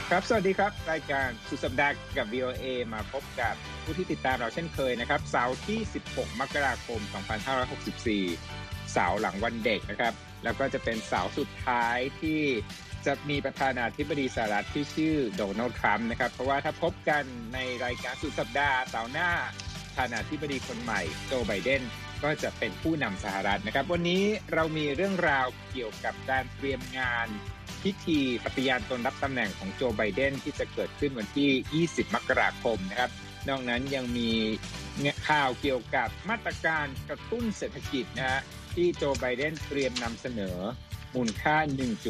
ครับสวัสดีครับรายการสุดสัปดาห์กับ VOA มาพบกับผู้ที่ติดตามเราเช่นเคยนะครับเสาร์ที่16มกราคม2564เสาร์หลังวันเด็กนะครับแล้วก็จะเป็นเสาร์สุดท้ายที่จะมีประธานาธิบดีสหรัฐที่ชื่อโดนัลด์ทรัมป์นะครับเพราะว่าถ้าพบกันในรายการสุดสัปดาห์เสาร์หน้าประธานาธิบดีคนใหม่โจไบเดนก็จะเป็นผู้นำสหรัฐนะครับวันนี้เรามีเรื่องราวเกี่ยวกับการเตรียมงานพิธีปฏิญาณตนรับตำแหน่งของโจไบเดนที่จะเกิดขึ้นวันที่20มกราคมนะครับนอกนั้นยังมีข่าวเกี่ยวกับมาตรการกระตุ้นเศรษฐกิจนะฮะที่โจไบเดนเตรียมนำเสนอมูลค่า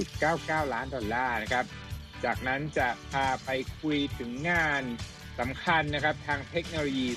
1.99 ล้านดอลลาร์นะครับจากนั้นจะพาไปคุยถึงงานสำคัญนะครับทางเทคโนโลยี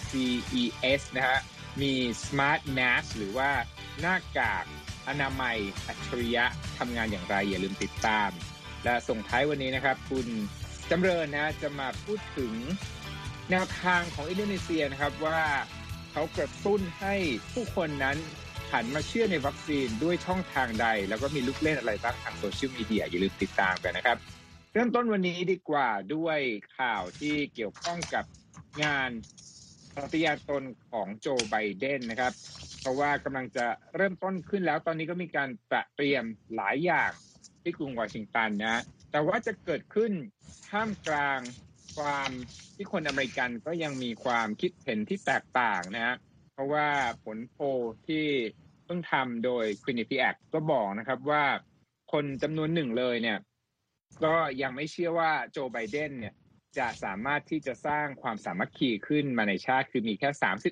CES นะฮะมี Smart Mask หรือว่าหน้ากากอนามัยอัจฉริยะทำงานอย่างไรอย่าลืมติดตามและส่งท้ายวันนี้นะครับคุณจำเริญนะจะมาพูดถึงแนวทางของอินโดนีเซียนะครับว่าเขากระตุ้นให้ผู้คนนั้นหันมาเชื่อในวัคซีนด้วยช่องทางใดแล้วก็มีลูกเล่นอะไรบ้างทางโซเชียลมีเดียอย่าลืมติดตามกันนะครับเริ่มต้นวันนี้ดีกว่าด้วยข่าวที่เกี่ยวข้องกับงานปฏิญาณตนของโจไบเดนนะครับเพราะว่ากำลังจะเริ่มต้นขึ้นแล้วตอนนี้ก็มีการเตรียมหลายอย่างที่กรุงวอชิงตันนะแต่ว่าจะเกิดขึ้นท่ามกลางความที่คนอเมริกันก็ยังมีความคิดเห็นที่แตกต่างนะฮะเพราะว่าผลโพลที่เพิ่งทำโดย Quinnipiac ก็บอกนะครับว่าคนจำนวนหนึ่งเลยเนี่ยก็ยังไม่เชื่อว่าโจไบเดนเนี่ยจะสามารถที่จะสร้างความสามัคคีขึ้นมาในชาติคือมีแค่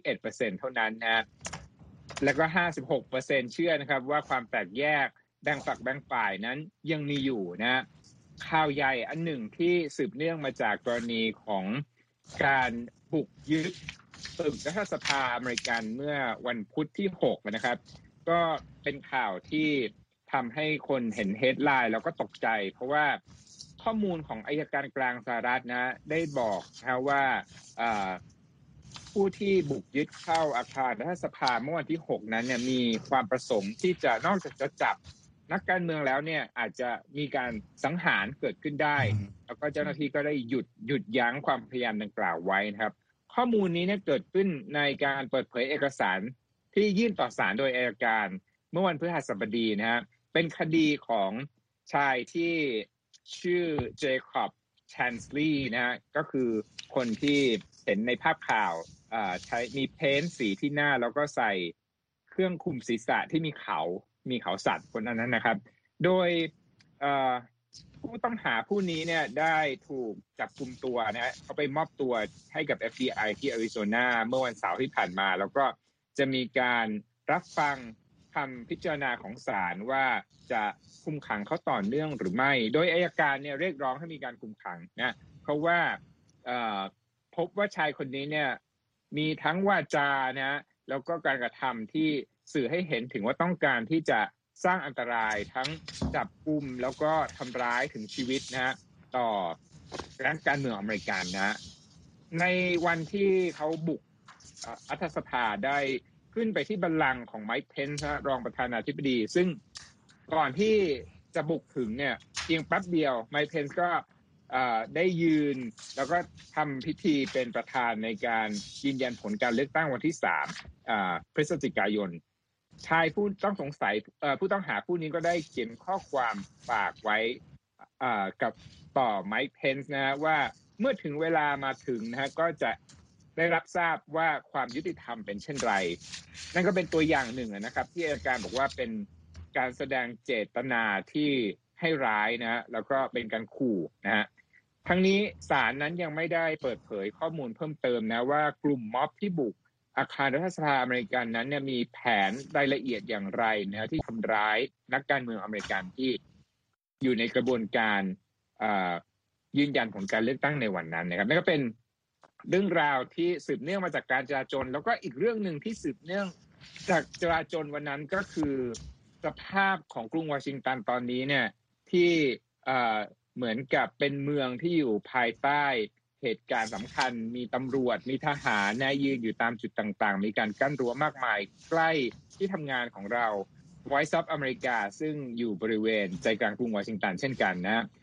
31% เท่านั้นนะแล้วก็ 56% เชื่อนะครับว่าความแตกแยกแบ่งฝักแบ่งฝ่ายนั้นยังมีอยู่นะข่าวใหญ่อันหนึ่งที่สืบเนื่องมาจากกรณีของการบุกยึดตึกรัฐสภาอเมริกันเมื่อวันพุธที่6นะครับก็เป็นข่าวที่ทำให้คนเห็นเฮดไลน์แล้วก็ตกใจเพราะว่าข้อมูลของอัยการกลางสหรัฐนะได้บอกนะว่าผู้ที่บุกยึดเข้าอาคารรัฐสภาเมื่อวันที่6นั้นเนี่ยมีความประสงค์ที่จะนอกจากจะจับนักการเมืองแล้วเนี่ยอาจจะมีการสังหารเกิดขึ้นได้แล้วก็เจ้าหน้าที่ก็ได้หยุดยั้งความพยายามดังกล่าวไว้นะครับข้อมูลนี้เนี่ยเกิดขึ้นในการเปิดเผยเอกสารที่ยื่นต่อศาลโดยอัยการเมื่อวันพฤหัสบดีนะฮะเป็นคดีของชายที่ชื่อเจคอบแชนสลีย์นะฮะก็คือคนที่เห็นในภาพข่าวใช้มีเพ้นท์สีที่หน้าแล้วก็ใส่เครื่องคลุมศีรษะที่มีเขาสัตว์คนนั้นนะครับโดยผู้ต้องหาผู้นี้เนี่ยได้ถูกจับกุมตัวนะฮะเขาไปมอบตัวให้กับ FBI ที่อาริโซนาเมื่อวันเสาร์ที่ผ่านมาแล้วก็จะมีการรับฟังคำพิจารณาของศาลว่าจะคุมขังเขาต่อเนื่องหรือไม่โดยอัยการเนี่ยเรียกร้องให้มีการคุมขังนะเพราะว่าพบว่าชายคนนี้เนี่ยมีทั้งวาจานะแล้วก็การกระทำที่สื่อให้เห็นถึงว่าต้องการที่จะสร้างอันตรายทั้งจับกุมแล้วก็ทำร้ายถึงชีวิตนะต่อรัฐการเมืองอเมริกันนะในวันที่เขาบุกรัฐสภาได้ขึ้นไปที่บัลลังก์ของไมค์เพนซ์รองประธานาธิบดีซึ่งก่อนที่จะบุกถึงเนี่ยเพียงแป๊บเดียวไมค์เพนซ์ก็ได้ยืนแล้วก็ทำพิธีเป็นประธานในการยืนยันผลการเลือกตั้งวันที่3พฤศจิกายนชายผู้ต้องสงสัยผู้ต้องหาผู้นี้ก็ได้เขียนข้อความฝากไว้กับต่อไมค์เพนซ์นะว่าเมื่อถึงเวลามาถึงนะฮะก็จะได้รับทราบว่าความยุติธรรมเป็นเช่นไรนั่นก็เป็นตัวอย่างหนึ่งนะครับที่อัยการบอกว่าเป็นการแสดงเจตนาที่ให้ร้ายนะแล้วก็เป็นการขู่นะฮะทั้งนี้ศาลนั้นยังไม่ได้เปิดเผยข้อมูลเพิ่มเติมนะว่ากลุ่มม็อบที่บุกอาคารรัฐสภาอเมริกันนั้นเนี่ยมีแผนรายละเอียดอย่างไรนะที่ทำร้ายนักการเมืองอเมริกันที่อยู่ในกระบวนการยืนยันผลการเลือกตั้งในวันนั้นนะครับนั่นก็เป็นเรื่องราวที่สืบเนื่องมาจากการจราจรแล้วก็อีกเรื่องนึงที่สืบเนื่องจากจราจรวันนั้นก็คือสภาพของกรุงวอชิงตันตอนนี้เนี่ยที่เหมือนกับเป็นเมืองที่อยู่ภายใต้เหตุการณ์สำคัญมีตำรวจมีทหารนะยืนอยู่ตามจุดต่างๆมีการกั้นรั้วมากมายใกล้ที่ทำงานของเรา Voice of America ซึ่งอยู่บริเวณใจกลางกรุงวอชิงตันเช่นกันนะ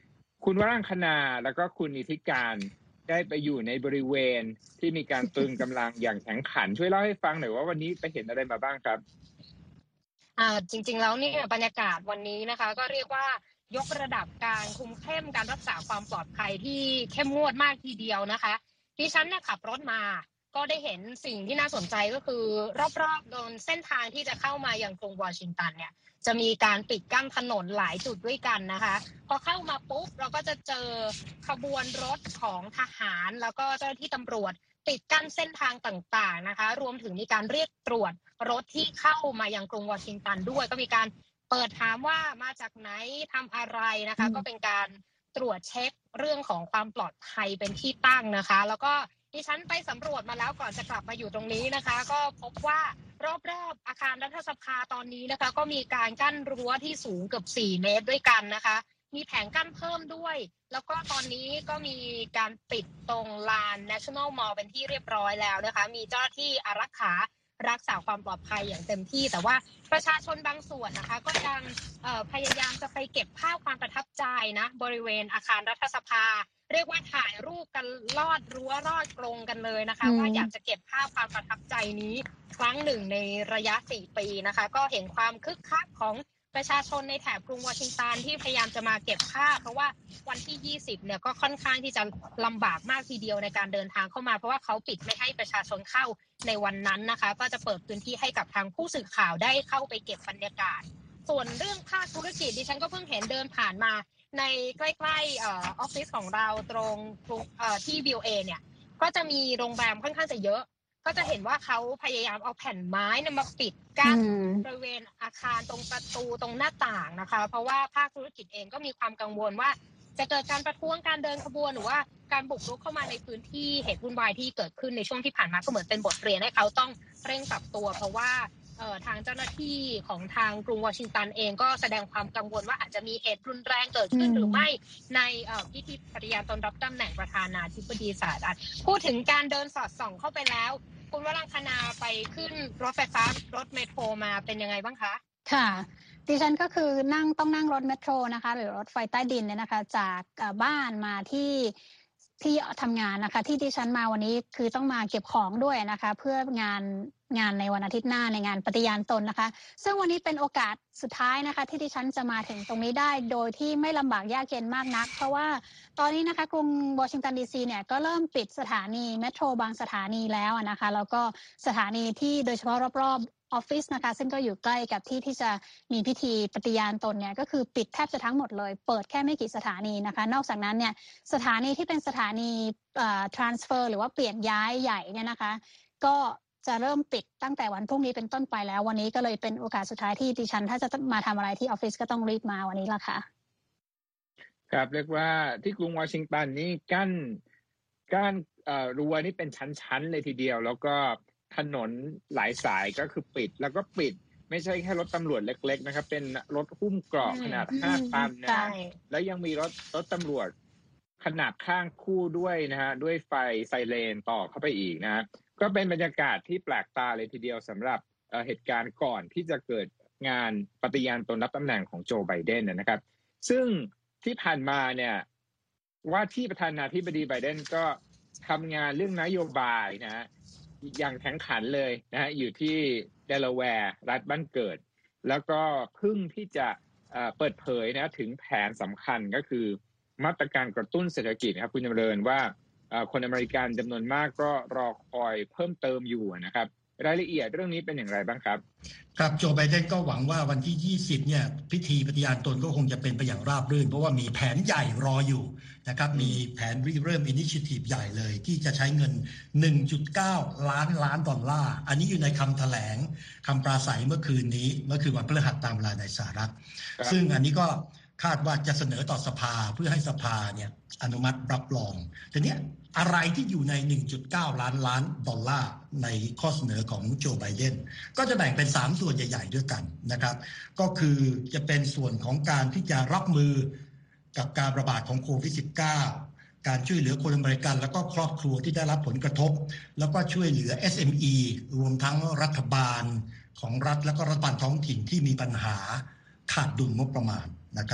คุณวรังคณาแล้วก็คุณนิติการได้ไปอยู่ในบริเวณที่มีการตรึงกำลังอย่างแข็งขันช่วยเล่าให้ฟังหน่อยว่าวันนี้ไปเห็นอะไรมาบ้างครับจริงๆแล้วเนี่ยบรรยากาศวันนี้นะคะก็เรียกว่ายกระดับการคุมเข้มการรักษาความปลอดภัยที่เข้มงวดมากทีเดียวนะคะดิฉันเนี่ยขับรถมาก็ได้เห็นสิ่งที่น่าสนใจก็คือรอบๆโดนเส้นทางที่จะเข้ามายังกรุงวอชิงตันเนี่ยจะมีการปิดกั้นถนนหลายจุดด้วยกันนะคะพอเข้ามาปุ๊บเราก็จะเจอขบวนรถของทหารแล้วก็เจ้าหน้าที่ตำรวจปิดกั้นเส้นทางต่างๆนะคะรวมถึงมีการเรียกตรวจรถที่เข้ามายังกรุงวอชิงตันด้วยก็มีการเปิดถามว่ามาจากไหนทำอะไรนะคะก็เป็นการตรวจเช็คเรื่องของความปลอดภัยเป็นที่ตั้งนะคะแล้วก็ดิฉันไปสำรวจมาแล้วก่อนจะกลับมาอยู่ตรงนี้นะคะก็พบว่ารอบๆอาคารรัฐสภาตอนนี้นะคะก็มีการกั้นรั้วที่สูงเกือบ4 เมตรด้วยกันนะคะมีแผงกั้นเพิ่มด้วยแล้วก็ตอนนี้ก็มีการปิดตรงลาน National Mall เป็นที่เรียบร้อยแล้วนะคะมีเจ้าหน้าที่อารักขารักษาความปลอดภัยอย่างเต็มที่แต่ว่าประชาชนบางส่วนนะคะก็ยังพยายามจะไปเก็บภาพความประทับใจนะบริเวณอาคารรัฐสภาเรียกว่าถ่ายรูปกันลอดรั้วลอดกรงกันเลยนะคะว่าอยากจะเก็บภาพความประทับใจนี้ครั้งหนึ่งในระยะ4 ปีนะคะก็เห็นความคึกคักของประชาชนในแถบกรุงวอชิงตันที่พยายามจะมาเก็บภาพเพราะว่าวันที่20เนี่ยก็ค่อนข้างที่จะลำบากมากทีเดียวในการเดินทางเข้ามาเพราะว่าเขาปิดไม่ให้ประชาชนเข้าในวันนั้นนะคะก็จะเปิดพื้นที่ให้กับทางผู้สื่อข่าวได้เข้าไปเก็บบรรยากาศส่วนเรื่องภาคธุรกิจดิฉันก็เพิ่งเห็นเดินผ่านมาในใกล้ๆออฟฟิศของเราตรงที่ BOA เนี่ยก็จะมีโรงแรมค่อนข้างจะเยอะก็จะเห็นว่าเขาพยายามเอาแผ่นไม้มาปิดกั้นบริเวณอาคารตรงประตูตรงหน้าต่างนะคะเพราะว่าภาคธุรกิจเองก็มีความกังวลว่าจะเกิดการประท้วงการเดินขบวนหรือว่าการบุกรุกเข้ามาในพื้นที่เหตุวุ่นวายที่เกิดขึ้นในช่วงที่ผ่านมาก็เหมือนเป็นบทเรียนให้เขาต้องเร่งปรับตัวเพราะว่าทางเจ้าหน้าที่ของทางกรุงวอชิงตันเองก็แสดงความกังวลว่าอาจจะมีเหตุรุนแรงเกิดขึ้นหรือไม่ในพิธีปฏิญาณตนรับตำแหน่งประธานาธิบดีสหรัฐพูดถึงการเดินสอดส่องเข้าไปแล้วคุณวรังคณาไปขึ้นรถไฟฟ้ารถเมโทรมาเป็นยังไงบ้างคะค่ะดิฉันก็คือต้องนั่งรถเมโทรนะคะหรือรถไฟใต้ดินเนี่ยนะคะจากบ้านมาที่ทำงานนะคะที่ดิฉันมาวันนี้คือต้องมาเก็บของด้วยนะคะเพื่องานในวันอาทิตย์หน้าในงานปฏิญาณตนนะคะซึ่งวันนี้เป็นโอกาสสุดท้ายนะคะที่ดิฉันจะมาถึงตรงนี้ได้โดยที่ไม่ลำบากยากเย็นมากนักเพราะว่าตอนนี้นะคะกรุงวอชิงตันดีซีเนี่ยก็เริ่มปิดสถานีเมโทรบางสถานีแล้วนะคะแล้วก็สถานีที่โดยเฉพาะรอบๆออฟฟิศนะคะซึ่งก็อยู่ใกล้กับที่จะมีพิธีปฏิญาณตนเนี่ยก็คือปิดแทบจะทั้งหมดเลยเปิดแค่ไม่กี่สถานีนะคะนอกจากนั้นเนี่ยสถานีที่เป็นสถานีtransfer หรือว่าเปลี่ยนย้ายใหญ่เนี่ยนะคะก็จะเริ่มปิดตั้งแต่วันพรุ่งนี้เป็นต้นไปแล้ววันนี้ก็เลยเป็นโอกาสสุดท้ายที่ดิฉันถ้าจะมาทำอะไรที่ออฟฟิศก็ต้องรีบมาวันนี้ละค่ะครับเรียกว่าที่กรุงวอชิงตันนี่กั้นรั้วนี่เป็นชั้นๆเลยทีเดียวแล้วก็ถนนหลายสายก็คือปิดแล้วก็ปิดไม่ใช่แค่รถตำรวจเล็กๆนะครับเป็นรถหุ้มเกราะขนาด5 ตันนะแล้วยังมีรถตำรวจขนาดข้างคู่ด้วยนะฮะด้วยไฟไซเรนต่อเข้าไปอีกนะก็เป็นบรรยากาศที่แปลกตาเลยทีเดียวสำหรับเหตุการณ์ก่อนที่จะเกิดงานปฏิญาณตนรับตำแหน่งของโจไบเดนนะครับซึ่งที่ผ่านมาเนี่ยว่าที่ประธานาธิบดีไบเดนก็ทำงานเรื่องนโยบายนะฮะอย่างแข็งขันเลยนะฮะอยู่ที่เดลาแวร์รัฐบ้านเกิดแล้วก็เพิ่งที่จะเปิดเผยนะถึงแผนสำคัญก็คือมาตรการกระตุ้นเศรษฐกิจครับคุณจำเริญว่าคนอเมริกันจำนวนมากก็รอคอยเพิ่มเติมอยู่นะครับรายละเอียดเรื่องนี้เป็นอย่างไรบ้างครับครับโจไบเดนก็หวังว่าวันที่20เนี่ยพิธีปฏิญาณตนก็คงจะเป็นไปอย่างราบรื่นเพราะว่ามีแผนใหญ่รออยู่นะครับมีแผนเริ่ม initiative ใหญ่เลยที่จะใช้เงิน 1.9 ล้านดอลลาร์อันนี้อยู่ในคำแถลงคำปราศัยเมื่อคืนวันพฤหัสตามเวลาในสหรัฐซึ่งอันนี้ก็คาดว่าจะเสนอต่อสภาเพื่อให้สภาเนี่ยอนุมัติรับรองทีนี้อะไรที่อยู่ใน 1.9 ล้านดอลลาร์ในข้อเสนอของโจไบเดนก็จะแบ่งเป็น3ส่วนใหญ่ๆด้วยกันนะครับก็คือจะเป็นส่วนของการที่จะรับมือกับการระบาดของโควิด -19 การช่วยเหลือคนอเมริกันแล้วก็ครอบครัวที่ได้รับผลกระทบแล้วก็ช่วยเหลือ SME รวมทั้งรัฐบาลของรัฐและก็รัฐบาลท้องถิ่นที่มีปัญหาขาดดุลงบประมาณนะครับ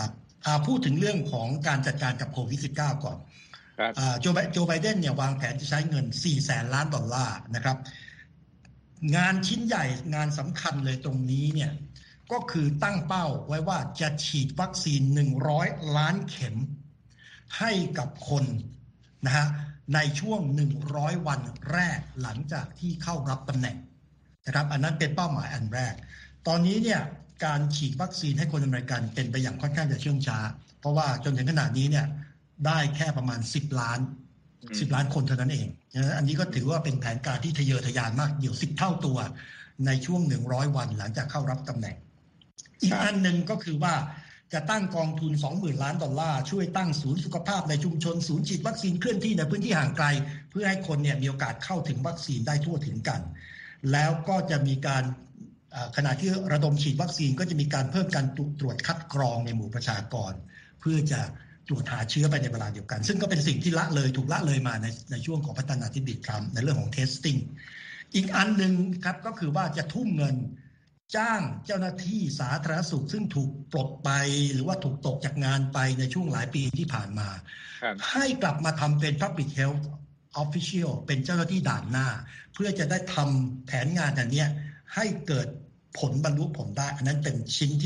พูดถึงเรื่องของการจัดการกับโควิด -19 ก่อนโจไบเดนเนี่ยวางแผนจะใช้เงิน$400 ล้านนะครับงานชิ้นใหญ่งานสำคัญเลยตรงนี้เนี่ยก็คือตั้งเป้าไว้ว่าจะฉีดวัคซีน100 ล้านเข็มให้กับคนนะฮะในช่วง100 วันแรกหลังจากที่เข้ารับตำแหน่งนะครับอันนั้นเป็นเป้าหมายอันแรกตอนนี้เนี่ยการฉีดวัคซีนให้คนอเมริกันเป็นไปอย่างค่อนข้างจะเชื่องช้าเพราะว่าจนถึงขนาดนี้เนี่ยได้แค่ประมาณ10 ล้านคนเท่านั้นเองอันนี้ก็ถือว่าเป็นแผนการที่ทะเยอทะยานมากเดี๋ยว10 เท่าตัวในช่วง100 วันหลังจากเข้ารับตำแหน่งอีกอันหนึ่งก็คือว่าจะตั้งกองทุน$20,000 ล้านช่วยตั้งศูนย์สุขภาพในชุมชนศูนย์ฉีดวัคซีนเคลื่อนที่ในพื้นที่ห่างไกลเพื่อให้คนเนี่ยมีโอกาสเข้าถึงวัคซีนได้ทั่วถึงกันแล้วก็จะมีการขณะที่ระดมฉีดวัคซีนก็จะมีการเพิ่มการตรวจคัดกรองในหมู่ประชากรเพื่อจะตรวจหาเชื้อไปในเวลาเดียวกันซึ่งก็เป็นสิ่งที่ถูกละเลยมาในช่วงของประธานาธิบดีทรัมป์ในเรื่องของ testing อีกอันหนึ่งครับก็คือว่าจะทุ่มเงินจ้างเจ้าหน้าที่สาธารณสุขซึ่งถูกปลดไปหรือว่าถูกตกจากงานไปในช่วงหลายปีที่ผ่านมาให้กลับมาทำเป็น Public Health Official เป็นเจ้าหน้าที่ด่านหน้าเพื่อจะได้ทำแผนงานอันนี้ให้เกิดผลบรรลุผลได้อันนั้นเป็นชิ้นที่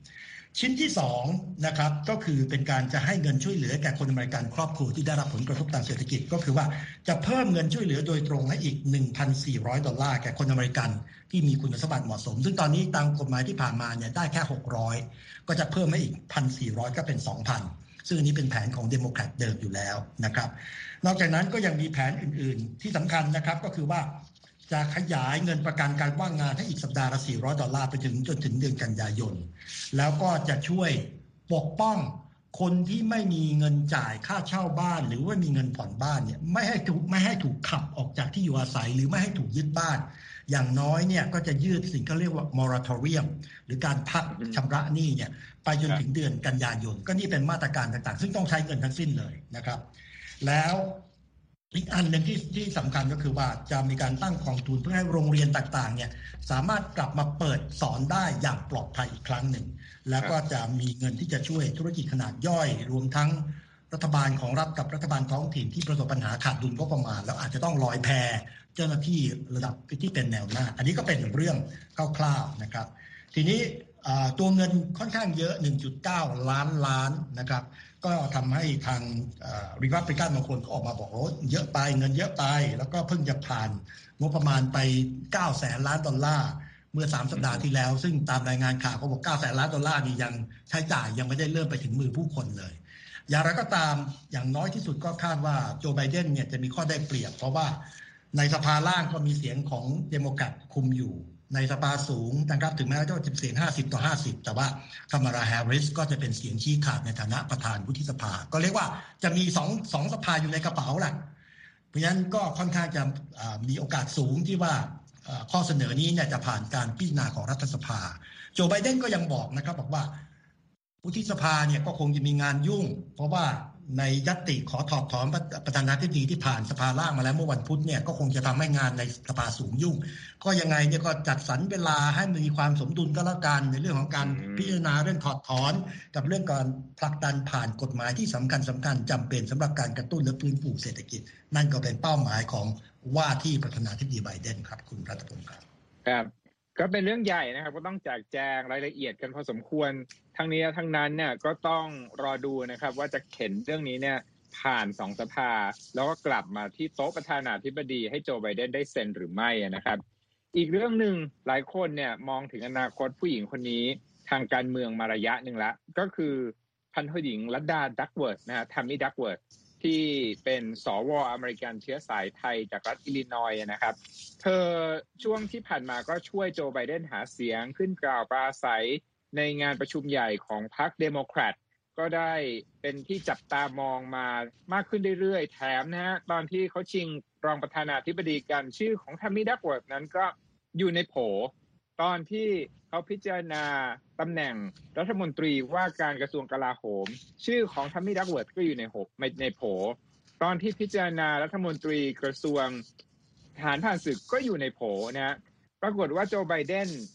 1ชิ้นที่2นะครับก็คือเป็นการจะให้เงินช่วยเหลือแก่คนอเมริกันครอบครัวที่ได้รับผลกระทบทางเศรษฐกิจก็คือว่าจะเพิ่มเงินช่วยเหลือโดยตรงให้อีก$1,400แก่คนอเมริกันที่มีคุณสมบัติเหมาะสมซึ่งตอนนี้ตามกฎหมายที่ผ่านมาเนี่ยได้แค่600ก็จะเพิ่มให้อีก1,400ก็เป็น 2,000ซึ่งอันนี้เป็นแผนของเดโมแครตเดิมอยู่แล้วนะครับนอกจากนั้นก็ยังมีแผนอื่นๆที่สำคัญนะครับก็คือว่าจะขยายเงินประกันการว่างงานให้อีกสัปดาห์ละ$400ไปจนถึงเดือนกันยายนแล้วก็จะช่วยปกป้องคนที่ไม่มีเงินจ่ายค่าเช่าบ้านหรือว่ามีเงินผ่อนบ้านเนี่ยไม่ให้ถูกขับออกจากที่อยู่อาศัยหรือไม่ให้ถูกยึดบ้านอย่างน้อยเนี่ยก็จะยืดสิ่งที่เรียกว่า moratorium หรือการพักชำระหนี้เนี่ยไปจนถึงเดือนกันยายนก็นี่เป็นมาตรการต่างๆซึ่งต้องใช้เงินทั้งสิ้นเลยนะครับแล้วอีกอันหนึ่งที่สำคัญก็คือว่าจะมีการตั้งกองทุนเพื่อให้โรงเรียนต่างๆเนี่ยสามารถกลับมาเปิดสอนได้อย่างปลอดภัยอีกครั้งหนึ่งแล้วก็จะมีเงินที่จะช่วยธุรกิจขนาดย่อยรวมทั้งรัฐบาลของรัฐกับรัฐบาลท้องถิ่นที่ประสบปัญหาขาดดุลงบประมาณแล้วอาจจะต้องลอยแพเจ้าหน้าที่ระดับที่เป็นแนวหน้าอันนี้ก็เป็นเรื่องคร่าวๆนะครับทีนี้ตัวเงินค่อนข้างเยอะ 1.9 ล้านนะครับก็ทำให้ทางรีพับลิกันบางคนก็ออกมาบอกว่าเยอะไปเงินเยอะไปแล้วก็เพิ่งจะผ่านงบประมาณไป$900 ล้านเมื่อ3 สัปดาห์ที่แล้วซึ่งตามรายงานข่าวเขาบอก$900 ล้านนี่ยังใช้จ่ายยังไม่ได้เริ่มไปถึงมือผู้คนเลยอย่างไรก็ตามอย่างน้อยที่สุดก็คาดว่าโจไบเดนเนี่ยจะมีข้อได้เปรียบเพราะว่าในสภาล่างก็มีเสียงของเดโมแครตคุมอยู่ในสภาสูงนะครับถึงแม้ว่าจะเป็นเสียง50-50แต่ว่าคามาลาแฮร์ริสก็จะเป็นเสียงชี้ขาดในฐานะประธานวุฒิสภาก็เรียกว่าจะมี2สภาอยู่ในกระเป๋าแหละเพราะฉะนั้นก็ค่อนข้างจะมีโอกาสสูงที่ว่าข้อเสนอนี้เนี่ยจะผ่านการพิจารณาของรัฐสภาโจไบเดนก็ยังบอกนะครับบอกว่าวุฒิสภาเนี่ยก็คงจะมีงานยุ่งเพราะว่าในญัตติขอถอดถอนประธานาธิบดีที่ผ่านสภาล่างมาแล้วเมื่อวันพุธเนี่ยก็คงจะทำให้งานในสภาสูงยุ่งก็ยังไงเนี่ยก็จัดสรรเวลาให้มีความสมดุลก็แล้วกันในเรื่องของการพิจารณาเรื่องถอดถอนกับเรื่องการผลักดันผ่านกฎหมายที่สำคัญจำเป็นสำหรับการกระตุ้นและฟื้นฟูเศรษฐกิจนั่นก็เป็นเป้าหมายของว่าที่ประธานาธิบดีไบเดนครับคุณรัตพงศ์ครับครับก็เป็นเรื่องใหญ่นะครับก็ต้องแจกแจงรายละเอียดกันพอสมควรทั้งนี้ทั้งนั้นเนี่ยก็ต้องรอดูนะครับว่าจะเข็นเรื่องนี้เนี่ยผ่าน2 สภาแล้วก็กลับมาที่โต๊ะประธานาธิบดีให้โจไบเดนได้เซ็นหรือไม่นะครับอีกเรื่องนึงหลายคนเนี่ยมองถึงอนาคตผู้หญิงคนนี้ทางการเมืองมาระยะนึงแล้วก็คือพันโทหญิงลัดดาดักเวิร์ธนะฮะทัมมี่ดักเวิร์ธที่เป็นสว.อเมริกันเชื้อสายไทยจากรัฐอิลลินอยส์นะครับเธอช่วงที่ผ่านมาก็ช่วยโจไบเดนหาเสียงขึ้นกล่าวปราศัยในงานประชุมใหญ่ของพรรคเดโมแครตก็ได้เป็นที่จับตามองมามากขึ้นเรื่อยๆแถมนะฮะตอนที่เขาชิงรองประธานาธิบดีกันชื่อของทัมมี่ดักเวิร์ธนั้นก็อยู่ในโผตอนที่เขาพิจารณาตำแหน่งรัฐมนตรีว่าการกระทรวงกลาโหมชื่อของทัมมี่ดักเวิร์ธก็อยู่ในโผตอนที่พิจารณารัฐมนตรีกระทรวงทหารผ่านศึกก็อยู่ในโผนะฮะปรากฏว่าโจไบเดน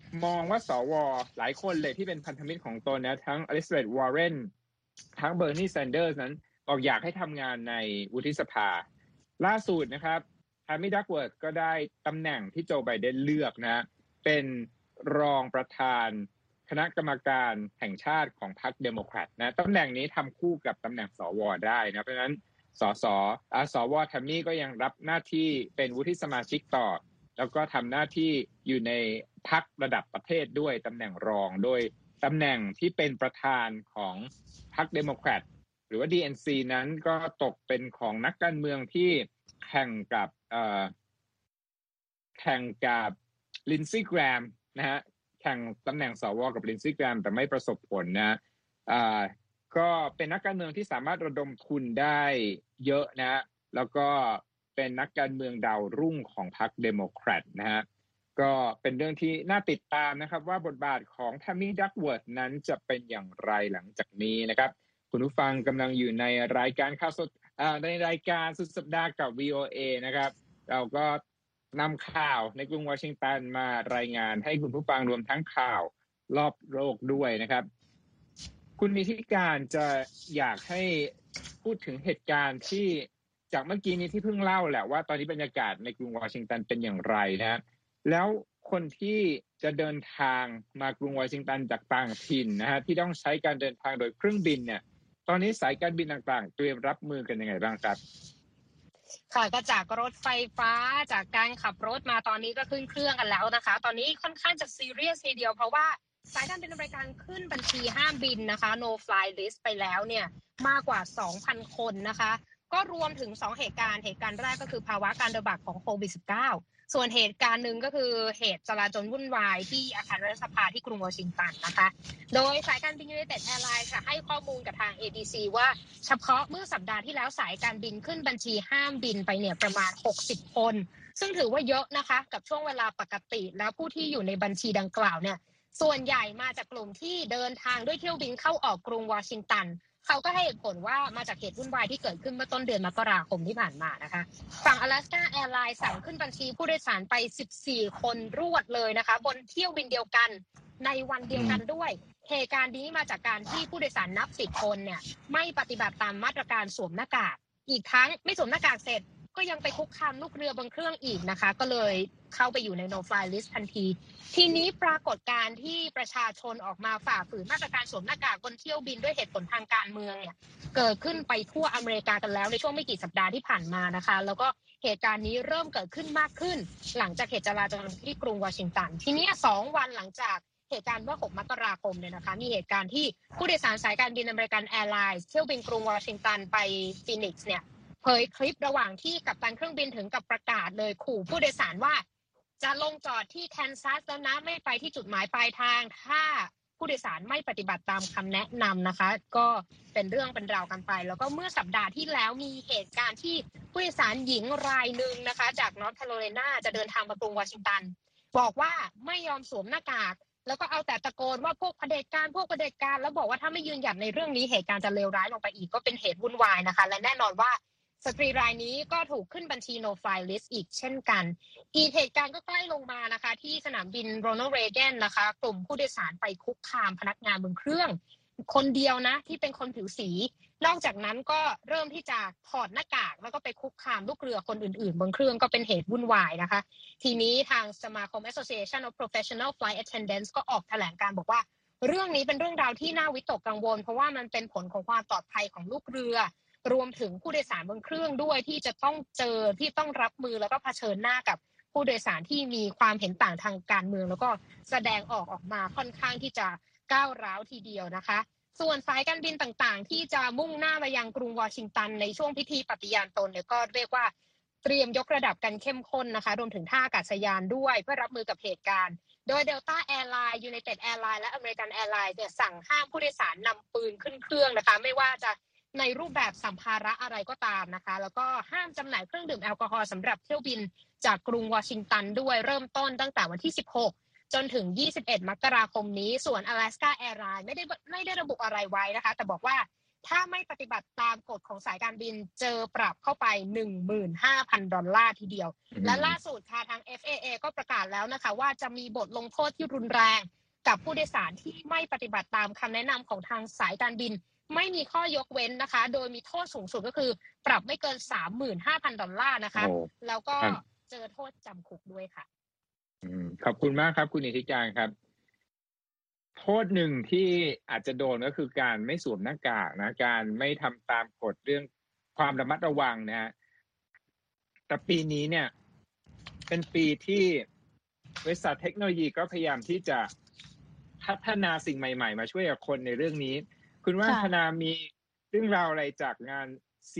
มองว่าสวหลายคนเลยที่เป็นพันธมิตรของตนนะทั้งอลิซาเบธวอร์เรนทั้งเบอร์นีแซนเดอร์สนั้นบอกอยากให้ทำงานในวุฒิสภาล่าสุดนะครับแฮมมี่ดักเวิร์ธก็ได้ตำแหน่งที่โจไบเดนเลือกนะเป็นรองประธานคณะกรรมการแห่งชาติของพรรคเดโมแครตนะตำแหน่งนี้ทำคู่กับตำแหน่งสวได้นะเพราะฉะนั้นสวแทมมี่ก็ยังรับหน้าที่เป็นวุฒิสมาชิกต่อแล้วก็ทำหน้าที่อยู่ในพรรคระดับประเทศด้วยตำแหน่งรองโดยตำแหน่งที่เป็นประธานของพรรคเดโมแครตหรือว่า DNC นั้นก็ตกเป็นของนักการเมืองที่แข่งกับลินซี่แกรมนะฮะแข่งตำแหน่งสวกับลินซี่แกรมแต่ไม่ประสบผลนะก็เป็นนักการเมืองที่สามารถระดมทุนได้เยอะนะแล้วก็เป็นนักการเมืองดาวรุ่งของพรรคเดโมแครตนะฮะก็เป็นเรื่องที่น่าติดตามนะครับว่าบทบาทของแทมมี่ดักเวิร์ธนั้นจะเป็นอย่างไรหลังจากนี้นะครับคุณผู้ฟังกำลังอยู่ในรายการข่าวสดในรายการสุดสัปดาห์กับ VOA นะครับเราก็นำข่าวในกรุงวอชิงตันมารายงานให้คุณผู้ฟังรวมทั้งข่าวรอบโลกด้วยนะครับคุณนิติการจะอยากให้พูดถึงเหตุการณ์ที่จากเมื่อกี้นี้ที่เพิ่งเล่าแหละว่าตอนนี้บรรยากาศในกรุงวอชิงตันเป็นอย่างไรนะแล้วคนที่จะเดินทางมากรุงวอชิงตันจากต่างถิ่นนะฮะที่ต้องใช้การเดินทางโดยเครื่องบินเนี่ยตอนนี้สายการบินต่างๆเตรียมรับมือกันยังไงบ้างครับค่ะก็จากรถไฟฟ้าจากการขับรถมาตอนนี้ก็ขึ้นเครื่องกันแล้วนะคะตอนนี้ค่อนข้างจะซีเรียสทีเดียวเพราะว่าสายการบินอเมริกันขึ้นบัญชีห้ามบินนะคะ no fly list ไปแล้วเนี่ยมากกว่า 2,000 คนนะคะก็รวมถึง2เหตุการณ์แรกก็คือภาวะการระบาดของโควิด -19 ส่วนเหตุการณ์หนึ่งก็คือเหตุจลาจลวุ่นวายที่อาคารรัฐสภาที่กรุงวอชิงตันนะคะโดยสายการบิน United Airlines ค่ะให้ข้อมูลกับทาง ABC ว่าเฉพาะเมื่อสัปดาห์ที่แล้วสายการบินขึ้นบัญชีห้ามบินไปเนี่ยประมาณ60คนซึ่งถือว่าเยอะนะคะกับช่วงเวลาปกติแล้วผู้ที่อยู่ในบัญชีดังกล่าวเนี่ยส่วนใหญ่มาจากกลุ่มที่เดินทางด้วยเที่ยวบินเข้าออกกรุงวอชิงตันเขาก็ให้เหตุผลว่ามาจากเหตุวุ่นวายที่เกิดขึ้นเมื่อต้นเดือนมกราคมที่ผ่านมานะคะฝั่ง Alaska Airlines สั่งขึ้นบัญชีผู้โดยสารไป14คนรวดเลยนะคะบนเที่ยวบินเดียวกันในวันเดียวกันด้วยเหตุการณ์นี้มาจากการที่ผู้โดยสารนับ10คนเนี่ยไม่ปฏิบัติตามมาตรการสวมหน้ากากอีกทั้งไม่สวมหน้ากากเสร็จก็ยังไปคุกคามลูกเรือบนเครื่องอีกนะคะก็เลยเข้าไปอยู่ใน no fly list ทันทีทีนี้ปรากฏการณ์ที่ประชาชนออกมาฝ่าฝืนมาตรการสวมหน้ากากบนเที่ยวบินด้วยเหตุผลทางการเมืองเนี่ยเกิดขึ้นไปทั่วอเมริกากันแล้วในช่วงไม่กี่สัปดาห์ที่ผ่านมานะคะแล้วก็เหตุการณ์นี้เริ่มเกิดขึ้นมากขึ้นหลังจากเหตุจลาจลที่กรุงวอชิงตันทีนี้2วันหลังจากเหตุการณ์เมื่อ6มกราคมเนี่ยนะคะมีเหตุการณ์ที่ผู้โดยสารสายการบินอเมริกันแอร์ไลน์เที่ยวบินกรุงวอชิงตันไปฟีนิกซ์เนี่ยเผยคลิประหว่างที่กัปตันเครื่องบินถึงกับประกาศเลยขู่ผู้โดยสารว่าจะลงจอดที่แคนซัสแล้วนะไม่ไปที่จุดหมายปลายทางถ้าผู้โดยสารไม่ปฏิบัติตามคำแนะนำนะคะก็เป็นเรื่องเป็นราวกันไปแล้วก็เมื่อสัปดาห์ที่แล้วมีเหตุการณ์ที่ผู้โดยสารหญิงรายนึงนะคะจากนอร์ทแคโรไลนาจะเดินทางมากรุงวอชิงตันบอกว่าไม่ยอมสวมหน้ากากแล้วก็เอาแต่ตะโกนว่าพวกเผด็จการแล้วบอกว่าถ้าไม่ยืนหยัดในเรื่องนี้เหตุการณ์จะเลวร้ายลงไปอีกก็เป็นเหตุวุ่นวายนะคะและแน่นอนว่าสตรีรายนี้ก็ถูกขึ้นบัญชี no fly list อีกเช่นกันอีกเหตุการณ์ก็ใกล้ลงมานะคะที่สนามบินโรนัลด์เรแกนนะคะกลุ่มผู้โดยสารไปคุกคามพนักงานบนเครื่องคนเดียวนะที่เป็นคนผิวสีนอกจากนั้นก็เริ่มที่จะถอดหน้ากากแล้วก็ไปคุกคามลูกเรือคนอื่นๆบนเครื่องก็เป็นเหตุวุ่นวายนะคะทีนี้ทางสมาคม Association of Professional Flight Attendants ก็ออกแถลงการบอกว่าเรื่องนี้เป็นเรื่องราวที่น่าวิตกกังวลเพราะว่ามันเป็นผลของความปลอดภัยของลูกเรือรวมถึงผู้โดยสารบนเครื่องด้วยที่จะต้องเจอที่ต้องรับมือแล้วก็เผชิญหน้ากับผู้โดยสารที่มีความเห็นต่างทางการเมืองแล้วก็แสดงออกมาค่อนข้างที่จะก้าวร้าวทีเดียวนะคะส่วนสายการบินต่างๆที่จะมุ่งหน้ามายังกรุงวอชิงตันในช่วงพิธีปฏิญาณตนเนี่ยก็เรียกว่าเตรียมยกระดับกันเข้มข้นนะคะรวมถึงท่าอากาศยานด้วยเพื่อรับมือกับเหตุการณ์โดย Delta Airlines United Airlines และ American Airlines เนี่ยสั่งห้ามผู้โดยสารนำปืนขึ้นเครื่องนะคะไม่ว่าจะในรูปแบบสัมภาระอะไรก็ตามนะคะแล้วก็ห้ามจำหน่ายเครื่องดื่มแอลกอฮอล์สำหรับเที่ยวบินจากกรุงวอชิงตันด้วยเริ่มต้นตั้งแต่วันที่16จนถึง21มกราคมนี้ส่วน Alaska Airlines ไม่ได้ระบุอะไรไว้นะคะแต่บอกว่าถ้าไม่ปฏิบัติตามกฎของสายการบินเจอปรับเข้าไป $15,000 ทีเดียวและล่าสุดค่ะทาง FAA ก็ประกาศแล้วนะคะว่าจะมีบทลงโทษที่รุนแรงกับผู้โดยสารที่ไม่ปฏิบัติตามคำแนะนำของทางสายการบินไม่มีข้อยกเว้นนะคะโดยมีโทษสูงสุดก็คือปรับไม่เกิน $35,000 นะคะแล้วก็เจอโทษจำคุกด้วยค่ะขอบคุณมากครับคุณอิทธิการครับโทษหนึ่งที่อาจจะโดนก็คือการไม่สวมหน้ากากนะการไม่ทำตามกฎเรื่องความระมัดระวังนะฮะแต่ปีนี้เนี่ยเป็นปีที่บริษัทเทคโนโลยีก็พยายามที่จะพัฒนาสิ่งใหม่ๆมาช่วยกับคนในเรื่องนี้คุณว่าธนามีเรื่องราวอะไรจากงาน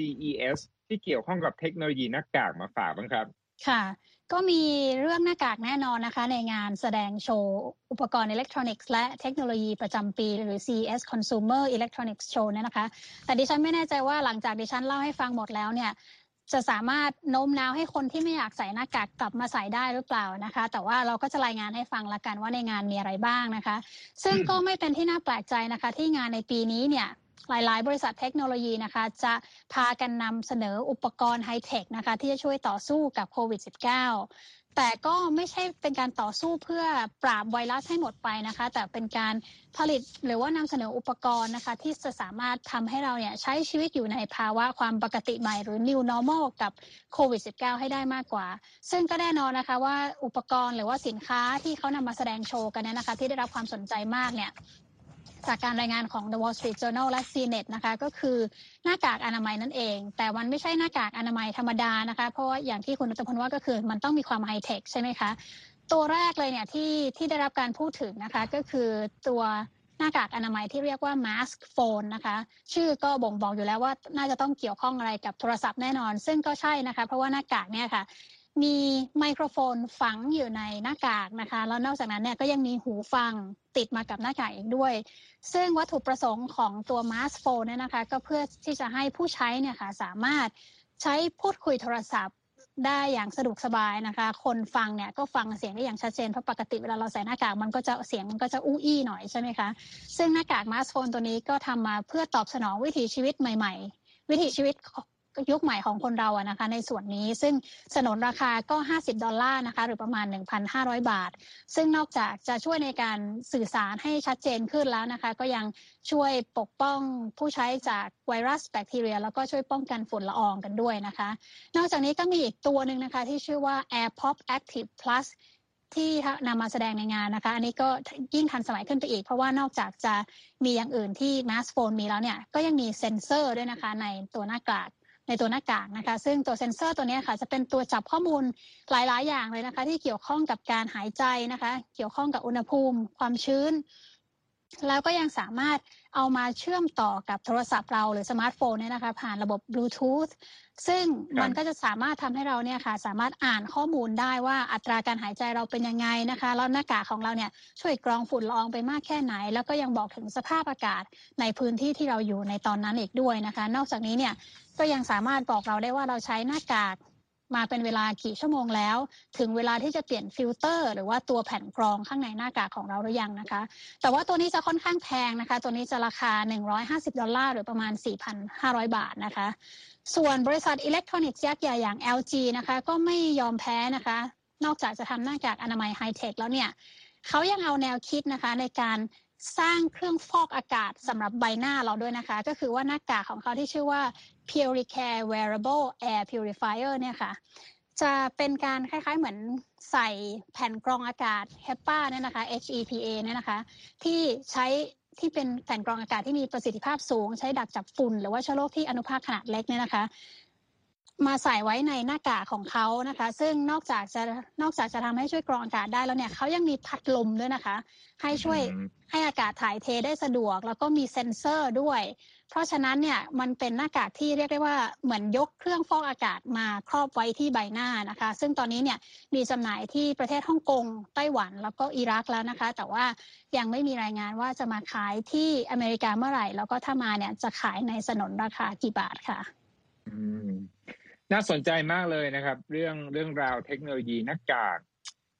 CES ที่เกี่ยวข้องกับเทคโนโลยีหน้ากากมาฝากบ้างครับค่ะก็มีเรื่องหน้ากากแน่นอนนะคะในงานแสดงโชว์อุปกรณ์อิเล็กทรอนิกส์และเทคโนโลยีประจำปีหรือ CES Consumer Electronics Show เนี่ยนะคะแต่ดิฉันไม่แน่ใจว่าหลังจากดิฉันเล่าให้ฟังหมดแล้วเนี่ยจะสามารถโน้มน้าวให้คนที่ไม่อยากใส่หน้ากากกลับมาใส่ได้หรือเปล่านะคะแต่ว่าเราก็จะรายงานให้ฟังละกันว่าในงานมีอะไรบ้างนะคะซึ่งก็ไม่เป็นที่น่าแปลกใจนะคะที่งานในปีนี้เนี่ยหลายๆบริษัทเทคโนโลยีนะคะจะพากันนำเสนออุปกรณ์ไฮเทคนะคะที่จะช่วยต่อสู้กับโควิด -19 แต่ก็ไม่ใช่เป็นการต่อสู้เพื่อปราบไวรัสให้หมดไปนะคะแต่เป็นการผลิตหรือว่านำเสนออุปกรณ์นะคะที่จะสามารถทำให้เราเนี่ยใช้ชีวิตอยู่ในภาวะความปกติใหม่หรือ New Normal กับโควิด -19 ให้ได้มากกว่าซึ่งก็แน่นอนนะคะว่าอุปกรณ์หรือว่าสินค้าที่เขานำมาแสดงโชว์กันเนี่ยนะคะที่ได้รับความสนใจมากเนี่ยจากการรายงานของ The Wall Street Journal และ CNET นะคะก็คือหน้ากากอนามัยนั่นเองแต่มันไม่ใช่หน้ากากอนามัยธรรมดานะคะเพราะว่าอย่างที่คุณณัฐพลว่าก็คือมันต้องมีความไฮเทคใช่ไหมคะตัวแรกเลยเนี่ยที่ได้รับการพูดถึงนะคะก็คือตัวหน้ากากอนามัยที่เรียกว่า mask phone นะคะชื่อก็บ่งบอกอยู่แล้วว่าน่าจะต้องเกี่ยวข้องอะไรกับโทรศัพท์แน่นอนซึ่งก็ใช่นะคะเพราะว่าหน้ากากเนี่ยค่ะมีไมโครโฟนฝังอยู่ในหน้ากากนะคะแล้วนอกจากนั้นเนี่ยก็ยังมีหูฟังติดมากับหน้ากากอีกด้วยซึ่งวัตถุประสงค์ของตัว mask phone เนี่ยนะคะก็เพื่อที่จะให้ผู้ใช้เนี่ยค่ะสามารถใช้พูดคุยโทรศัพท์ได้อย่างสะดวกสบายนะคะคนฟังเนี่ยก็ฟังเสียงได้อย่างชัดเจนเพราะปกติเวลาเราใส่หน้ากากมันก็จะเสียงมันก็จะอู้อี้หน่อยใช่ไหมคะซึ่งหน้ากาก mask phone ตัวนี้ก็ทำมาเพื่อตอบสนองวิถีชีวิตใหม่ๆวิถีชีวิตยุคใหม่ของคนเราอะนะคะในส่วนนี้ซึ่งสนนราคาก็$50นะคะหรือประมาณ 1,500 บาทซึ่งนอกจากจะช่วยในการสื่อสารให้ชัดเจนขึ้นแล้วนะคะก็ยังช่วยปกป้องผู้ใช้จากไวรัสแบคทีเรียแล้วก็ช่วยป้องกันฝุ่นละอองกันด้วยนะคะนอกจากนี้ก็มีอีกตัวนึงนะคะที่ชื่อว่า AirPop Active Plus ที่นำมาแสดงในงานนะคะอันนี้ก็ยิ่งทันสมัยขึ้นไปอีกเพราะว่านอกจากจะมีอย่างอื่นที่ Mask Phone มีแล้วเนี่ยก็ยังมีเซ็นเซอร์ด้วยนะคะในตัวหน้ากากนะคะซึ่งตัวเซ็นเซอร์ตัวนี้ค่ะจะเป็นตัวจับข้อมูลหลายๆอย่างเลยนะคะที่เกี่ยวข้องกับการหายใจนะคะเกี่ยวข้องกับอุณหภูมิความชื้นแล้วก็ยังสามารถเอามาเชื่อมต่อกับโทรศัพท์เราหรือสมาร์ทโฟนเนี่ยนะคะผ่านระบบบลูทูธซึ่งมันก็จะสามารถทำให้เราเนี่ยค่ะสามารถอ่านข้อมูลได้ว่าอัตราการหายใจเราเป็นยังไงนะคะแล้วหน้ากากของเราเนี่ยช่วยกรองฝุ่นละอองไปมากแค่ไหนแล้วก็ยังบอกถึงสภาพอากาศในพื้นที่ที่เราอยู่ในตอนนั้นอีกด้วยนะคะนอกจากนี้เนี่ยก็ยังสามารถบอกเราได้ว่าเราใช้หน้ากากมาเป็นเวลากี่ชั่วโมงแล้วถึงเวลาที่จะเปลี่ยนฟิลเตอร์หรือว่าตัวแผ่นกรองข้างในหน้ากากของเราหรือยังนะคะแต่ว่าตัวนี้จะค่อนข้างแพงนะคะตัวนี้จะราคา$150หรือประมาณ 4,500 บาทนะคะส่วนบริษัทอิเล็กทรอนิกส์ยักษ์ใหญ่อย่าง LG นะคะก็ไม่ยอมแพ้นะคะนอกจากจะทำหน้ากากอนามัยไฮเทคแล้วเนี่ยเขายังเอาแนวคิดนะคะในการสร้างเครื่องฟอกอากาศสำหรับใบหน้าเราด้วยนะคะก็คือว่าหน้ากากของเขาที่ชื่อว่า Puricare Wearable Air Purifier เนี่ยค่ะจะเป็นการคล้ายๆเหมือนใส่แผ่นกรองอากาศ HEPA เนี่ยนะคะ HEPA เนี่ยนะคะที่เป็นแผ่นกรองอากาศที่มีประสิทธิภาพสูงใช้ดักจับฝุ่นหรือว่าเชื้อโรคที่อนุภาคขนาดเล็กเนี่ยนะคะมาใส่ไว้ในหน้ากากของเขานะคะซึ่งนอกจากจะทำให้ช่วยกรองอากาศได้แล้วเนี่ยเขายังมีพัดลมด้วยนะคะให้ช่วยให้อากาศถ่ายเทได้สะดวกแล้วก็มีเซ็นเซอร์ด้วยเพราะฉะนั้นเนี่ยมันเป็นหน้ากากที่เรียกได้ว่าเหมือนยกเครื่องฟอกอากาศมาครอบไว้ที่ใบหน้านะคะซึ่งตอนนี้เนี่ยมีจำหน่ายที่ประเทศฮ่องกงไต้หวันแล้วก็อิรักแล้วนะคะแต่ว่ายังไม่มีรายงานว่าจะมาขายที่อเมริกาเมื่อไหร่แล้วก็ถ้ามาเนี่ยจะขายในสนนราคากี่บาทค่ะน่าสนใจมากเลยนะครับเรื่องราวเทคโนโลยีหน้ากาก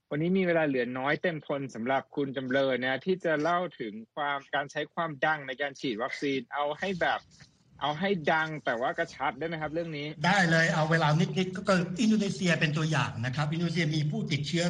วันนี้มีเวลาเหลือน้อยเต็มทนสำหรับคุณจำเลยนะที่จะเล่าถึงการใช้ความดังในการฉีดวัคซีนเอาให้ดังแต่ว่ากระชับได้ไหมครับเรื่องนี้ได้เลยเอาเวลานิดๆก็อินโดนีเซียเป็นตัวอย่างนะครับอินโดนีเซียมีผู้ติดเชื้อ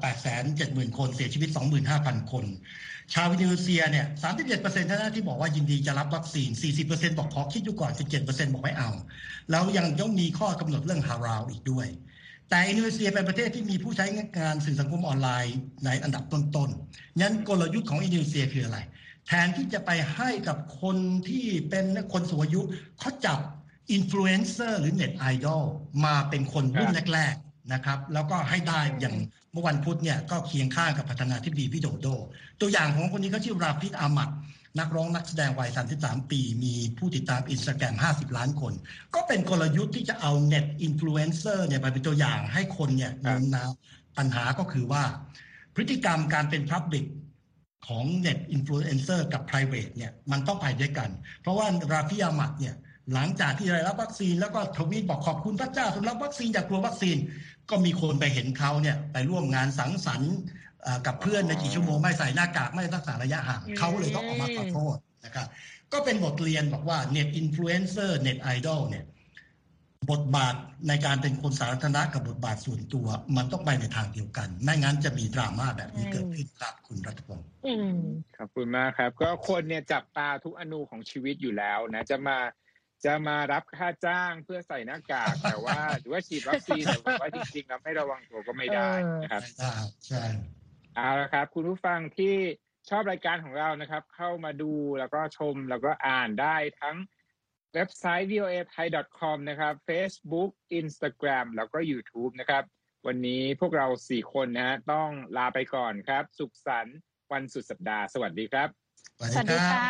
870,000 คนเสียชีวิต 25,000 คนชาวอินโดนีเซียเนี่ย 37% เท่านั้นที่บอกว่ายินดีจะรับวัคซีน 40% บอกขอคิดดูก่อน 17% บอกไม่เอาแล้วยังต้องมีข้อกำหนดเรื่องฮาลาลอีกด้วยแต่อินโดนีเซียเป็นประเทศที่มีผู้ใช้งานสื่อสังคมออนไลน์ในอันดับต้นๆงั้นกลยุทธ์ของอินโดนีเซียคืออะไรแทนที่จะไปให้กับคนที่เป็นคนสูงอายุเขาจับอินฟลูเอนเซอร์หรือเน็ตไอดอลมาเป็นคนรุ่นแรกๆนะครับแล้วก็ให้ได้อย่างเมื่อวันพุธเนี่ยก็เคียงข้างกับประธานาธิบดีวิโดโดตัวอย่างของคนนี้เขาชื่อราฟิดอามัดนักร้องนักแสดงวัย33 ปีมีผู้ติดตาม Instagram 50 ล้านคนก็เป็นกลยุทธ์ที่จะเอาเน็ตอินฟลูเอนเซอร์เนี่ยไปเป็นตัวอย่างให้คนเนี่ยโน้มน้าวปัญหาก็คือว่าพฤติกรรมการเป็น Publicของ Net Influencer กับ Private เนี่ยมันต้องไปด้วยกันเพราะว่าราฟิอามัดเนี่ยหลังจากที่ได้รับวัคซีนแล้วก็ทวีตบอกขอบคุณพระเจ้าสำหรับวัคซีนจากกลัววัคซีนก็มีคนไปเห็นเขาเนี่ยไปร่วมงานสังสรรค์กับเพื่อนในกี่ชั่วโมงไม่ใส่หน้ากากไม่รักษาระยะห่างเขาเลยต้องออกมาขอโทษนะครับก็เป็นบทเรียนบอกว่า Net Influencer Net Idol เนี่ยบทบาทในการเป็นคนสาธารณะกับบทบาทส่วนตัวมันต้องไปในทางเดียวกันไม่งั้นจะมีดราม่าแบบนี้เกิดขึ้นครับคุณรัตพงศ์ขอบคุณมากครับก็คนเนี่ยจับตาทุกอนูของชีวิตอยู่แล้วนะจะมารับค่าจ้างเพื่อใส่หน้ากากแต่ว่าหรือว่าฉีดวัคซีนแต่ว่าจริงๆแล้วไม่ระวังตัวก็ไม่ได้นะครับใช่เอาละครับคุณผู้ฟังที่ชอบรายการของเรานะครับเข้ามาดูแล้วก็ชมแล้วก็อ่านได้ทั้งเว็บไซต์ voathai.com นะครับ Facebook Instagram แล้วก็ YouTube นะครับวันนี้พวกเรา4คนนะฮะต้องลาไปก่อนครับสุขสันต์วันสุดสัปดาห์สวัสดีครับสวัสดีค่ะ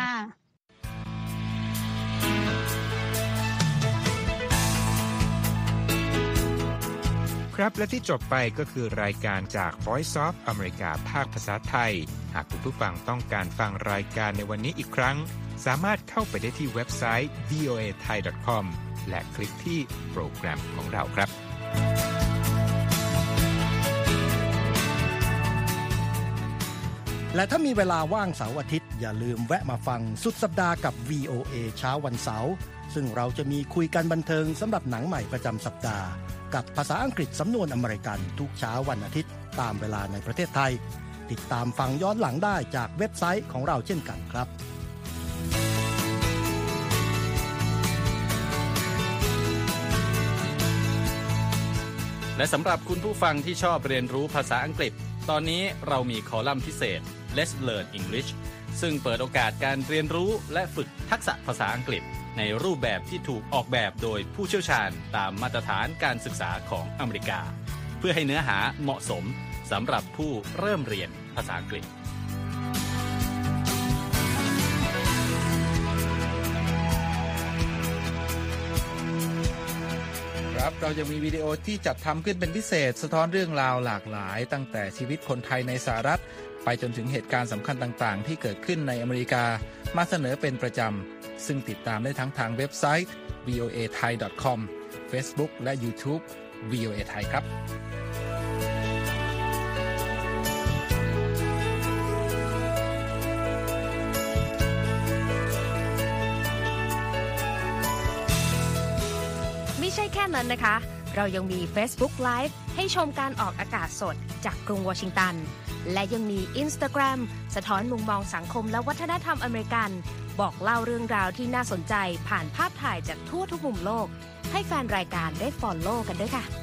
ครับและที่จบไปก็คือรายการจาก Voice of America ภาคภาษาไทยหากคุณผู้ฟังต้องการฟังรายการในวันนี้อีกครั้งสามารถเข้าไปได้ที่เว็บไซต์ voathai.com และคลิกที่โปรแกรมของเราครับและถ้ามีเวลาว่างเสาร์อาทิตย์อย่าลืมแวะมาฟังสุดสัปดาห์กับ VOA เช้าวันเสาร์ซึ่งเราจะมีคุยกันบันเทิงสำหรับหนังใหม่ประจำสัปดาห์กับภาษาอังกฤษสำนวนอเมริกันทุกเช้าวันอาทิตย์ตามเวลาในประเทศไทยติดตามฟังย้อนหลังได้จากเว็บไซต์ของเราเช่นกันครับและสำหรับคุณผู้ฟังที่ชอบเรียนรู้ภาษาอังกฤษตอนนี้เรามีคอลัมน์พิเศษ Let's Learn English ซึ่งเปิดโอกาสการเรียนรู้และฝึกทักษะภาษาอังกฤษในรูปแบบที่ถูกออกแบบโดยผู้เชี่ยวชาญตามมาตรฐานการศึกษาของอเมริกาเพื่อให้เนื้อหาเหมาะสมสำหรับผู้เริ่มเรียนภาษาอังกฤษครับเรายังมีวิดีโอที่จัดทำขึ้นเป็นพิเศษสะท้อนเรื่องราวหลากหลายตั้งแต่ชีวิตคนไทยในสหรัฐไปจนถึงเหตุการณ์สำคัญต่างๆที่เกิดขึ้นในอเมริกามาเสนอเป็นประจำซึ่งติดตามได้ทั้งทางเว็บไซต์ voathai.com Facebook และ YouTube VOA Thai ครับไม่ใช่แค่นั้นนะคะเรายังมี Facebook Live ให้ชมการออกอากาศสดจากกรุงวอชิงตันและยังมี Instagram สะท้อนมุมมองสังคมและวัฒนธรรมอเมริกันบอกเล่าเรื่องราวที่น่าสนใจผ่านภาพถ่ายจากทั่วทุกมุมโลกให้แฟนรายการได้ follow กันด้วยค่ะ